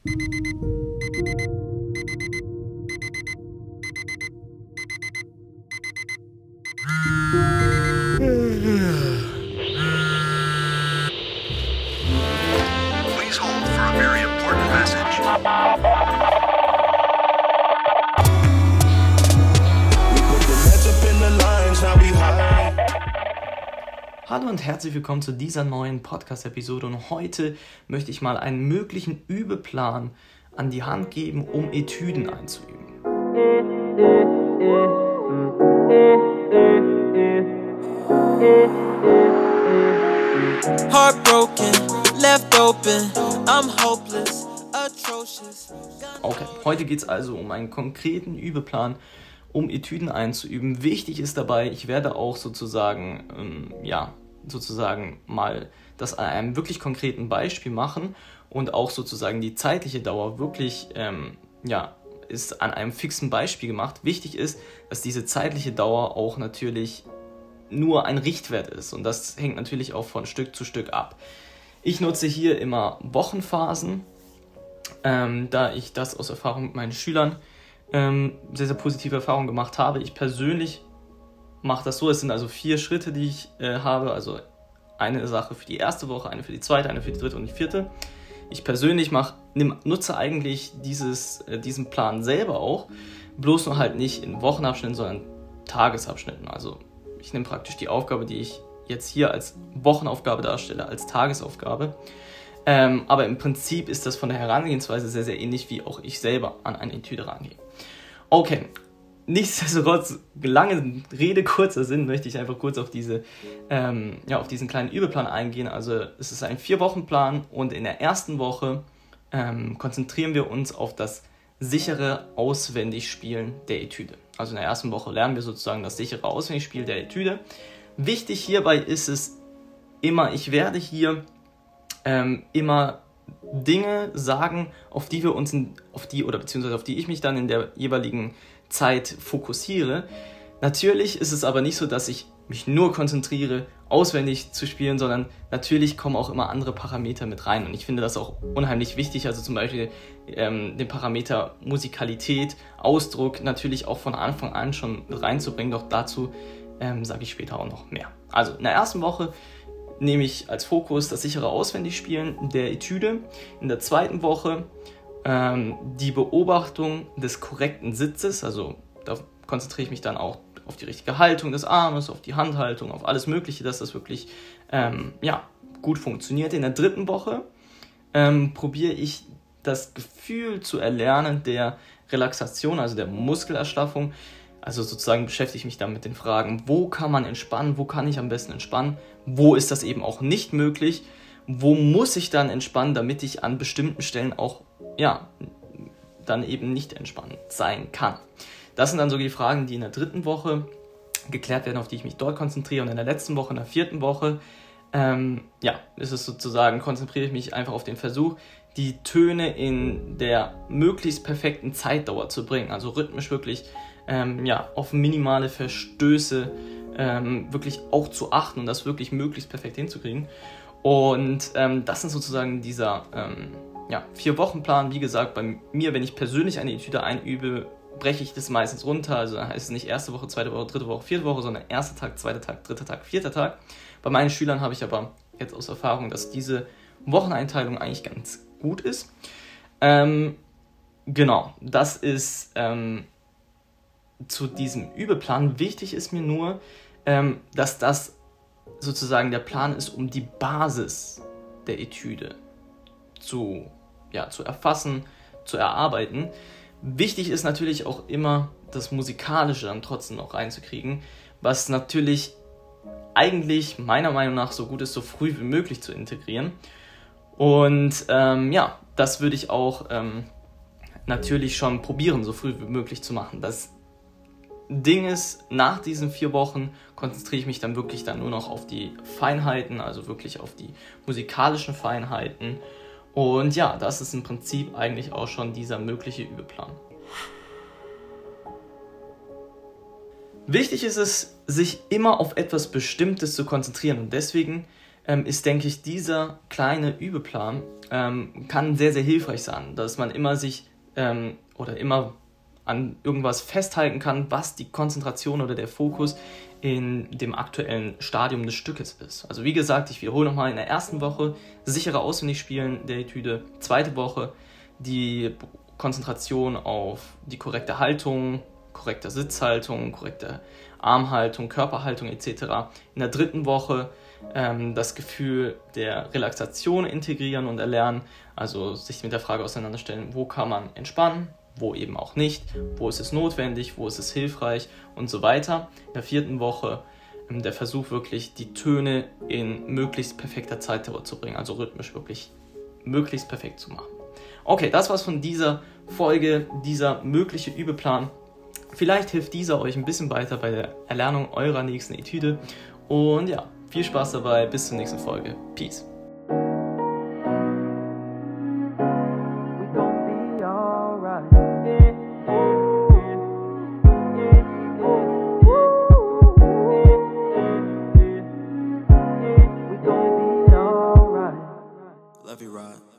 Please hold for a very important message. We put the nets up in the lines, now we high. Hallo und herzlich willkommen zu dieser neuen Podcast-Episode und heute möchte ich mal einen möglichen Übeplan an die Hand geben, um Etüden einzuüben. Heartbroken, left open, I'm hopeless, atrocious. Okay, heute geht es also um einen konkreten Übeplan, um Etüden einzuüben. Wichtig ist dabei, ich werde auch sozusagen mal das an einem wirklich konkreten Beispiel machen und auch sozusagen die zeitliche Dauer wirklich ist an einem fixen Beispiel gemacht. Wichtig ist, dass diese zeitliche Dauer auch natürlich nur ein Richtwert ist und das hängt natürlich auch von Stück zu Stück ab. Ich nutze hier immer Wochenphasen, da ich das aus Erfahrung mit meinen Schülern sehr, sehr positive Erfahrungen gemacht habe. Ich persönlich mache das so, es sind also 4 Schritte, die ich habe, also eine Sache für die erste Woche, eine für die zweite, eine für die dritte und die vierte. Ich persönlich nutze eigentlich diesen Plan selber auch, bloß nur halt nicht in Wochenabschnitten, sondern Tagesabschnitten. Also ich nehme praktisch die Aufgabe, die ich jetzt hier als Wochenaufgabe darstelle, als Tagesaufgabe. Aber im Prinzip ist das von der Herangehensweise sehr, sehr ähnlich, wie auch ich selber an eine Etüde rangehe. Okay, nichtsdestotrotz, lange Rede, kurzer Sinn, möchte ich einfach kurz auf diesen kleinen Übeplan eingehen. Also es ist ein 4-Wochen-Plan und in der ersten Woche konzentrieren wir uns auf das sichere Auswendigspielen der Etüde. Also in der ersten Woche lernen wir sozusagen das sichere Auswendigspiel der Etüde. Wichtig hierbei ist es immer, ich werde hier immer Dinge sagen, auf die ich mich dann in der jeweiligen Zeit fokussiere. Natürlich ist es aber nicht so, dass ich mich nur konzentriere, auswendig zu spielen, sondern natürlich kommen auch immer andere Parameter mit rein und ich finde das auch unheimlich wichtig, also zum Beispiel den Parameter Musikalität, Ausdruck natürlich auch von Anfang an schon mit reinzubringen, doch dazu sage ich später auch noch mehr. Also in der ersten Woche nehme ich als Fokus das sichere Auswendigspielen der Etüde, in der zweiten Woche die Beobachtung des korrekten Sitzes, also da konzentriere ich mich dann auch auf die richtige Haltung des Armes, auf die Handhaltung, auf alles Mögliche, dass das wirklich gut funktioniert. In der dritten Woche probiere ich das Gefühl zu erlernen der Relaxation, also der Muskelerschlaffung. Also sozusagen beschäftige ich mich dann mit den Fragen, wo kann man entspannen, wo kann ich am besten entspannen, wo ist das eben auch nicht möglich, wo muss ich dann entspannen, damit ich an bestimmten Stellen auch dann eben nicht entspannt sein kann. Das sind dann so die Fragen, die in der dritten Woche geklärt werden, auf die ich mich dort konzentriere. Und in der letzten Woche, in der vierten Woche, ist es sozusagen, konzentriere ich mich einfach auf den Versuch, die Töne in der möglichst perfekten Zeitdauer zu bringen. Also rhythmisch wirklich auf minimale Verstöße wirklich auch zu achten und das wirklich möglichst perfekt hinzukriegen. Und das sind sozusagen dieser 4-Wochen-Plan. Wie gesagt, bei mir, wenn ich persönlich eine Etüde einübe, breche ich das meistens runter. Also heißt es nicht erste Woche, zweite Woche, dritte Woche, vierte Woche, sondern erster Tag, zweiter Tag, dritter Tag, vierter Tag. Bei meinen Schülern habe ich aber jetzt aus Erfahrung, dass diese Wocheneinteilung eigentlich ganz gut ist. Das ist zu diesem Übeplan. Wichtig ist mir nur, dass das sozusagen der Plan ist, um die Basis der Etüde zu erfassen, zu erarbeiten. Wichtig ist natürlich auch immer, das Musikalische dann trotzdem noch reinzukriegen, was natürlich eigentlich meiner Meinung nach so gut ist, so früh wie möglich zu integrieren. Und das würde ich auch natürlich schon probieren, so früh wie möglich zu machen. Das Ding ist, nach diesen 4 Wochen konzentriere ich mich dann wirklich nur noch auf die Feinheiten, also wirklich auf die musikalischen Feinheiten. Und ja, das ist im Prinzip eigentlich auch schon dieser mögliche Übeplan. Wichtig ist es, sich immer auf etwas Bestimmtes zu konzentrieren und deswegen ist, denke ich, dieser kleine Übeplan kann sehr, sehr hilfreich sein, dass man immer sich immer an irgendwas festhalten kann, was die Konzentration oder der Fokus in dem aktuellen Stadium des Stückes ist. Also wie gesagt, ich wiederhole nochmal, in der ersten Woche sichere Auswendigspielen der Etüde, zweite Woche die Konzentration auf die korrekte Haltung, korrekte Sitzhaltung, korrekte Armhaltung, Körperhaltung etc. In der dritten Woche das Gefühl der Relaxation integrieren und erlernen, also sich mit der Frage auseinanderstellen, wo kann man entspannen, wo eben auch nicht, wo ist es notwendig, wo ist es hilfreich und so weiter. In der vierten Woche der Versuch wirklich, die Töne in möglichst perfekter Zeit zu bringen, also rhythmisch wirklich möglichst perfekt zu machen. Okay, das war's von dieser Folge, dieser mögliche Übeplan. Vielleicht hilft dieser euch ein bisschen weiter bei der Erlernung eurer nächsten Etüde. Und ja, viel Spaß dabei, bis zur nächsten Folge. Peace. Love you, Rod.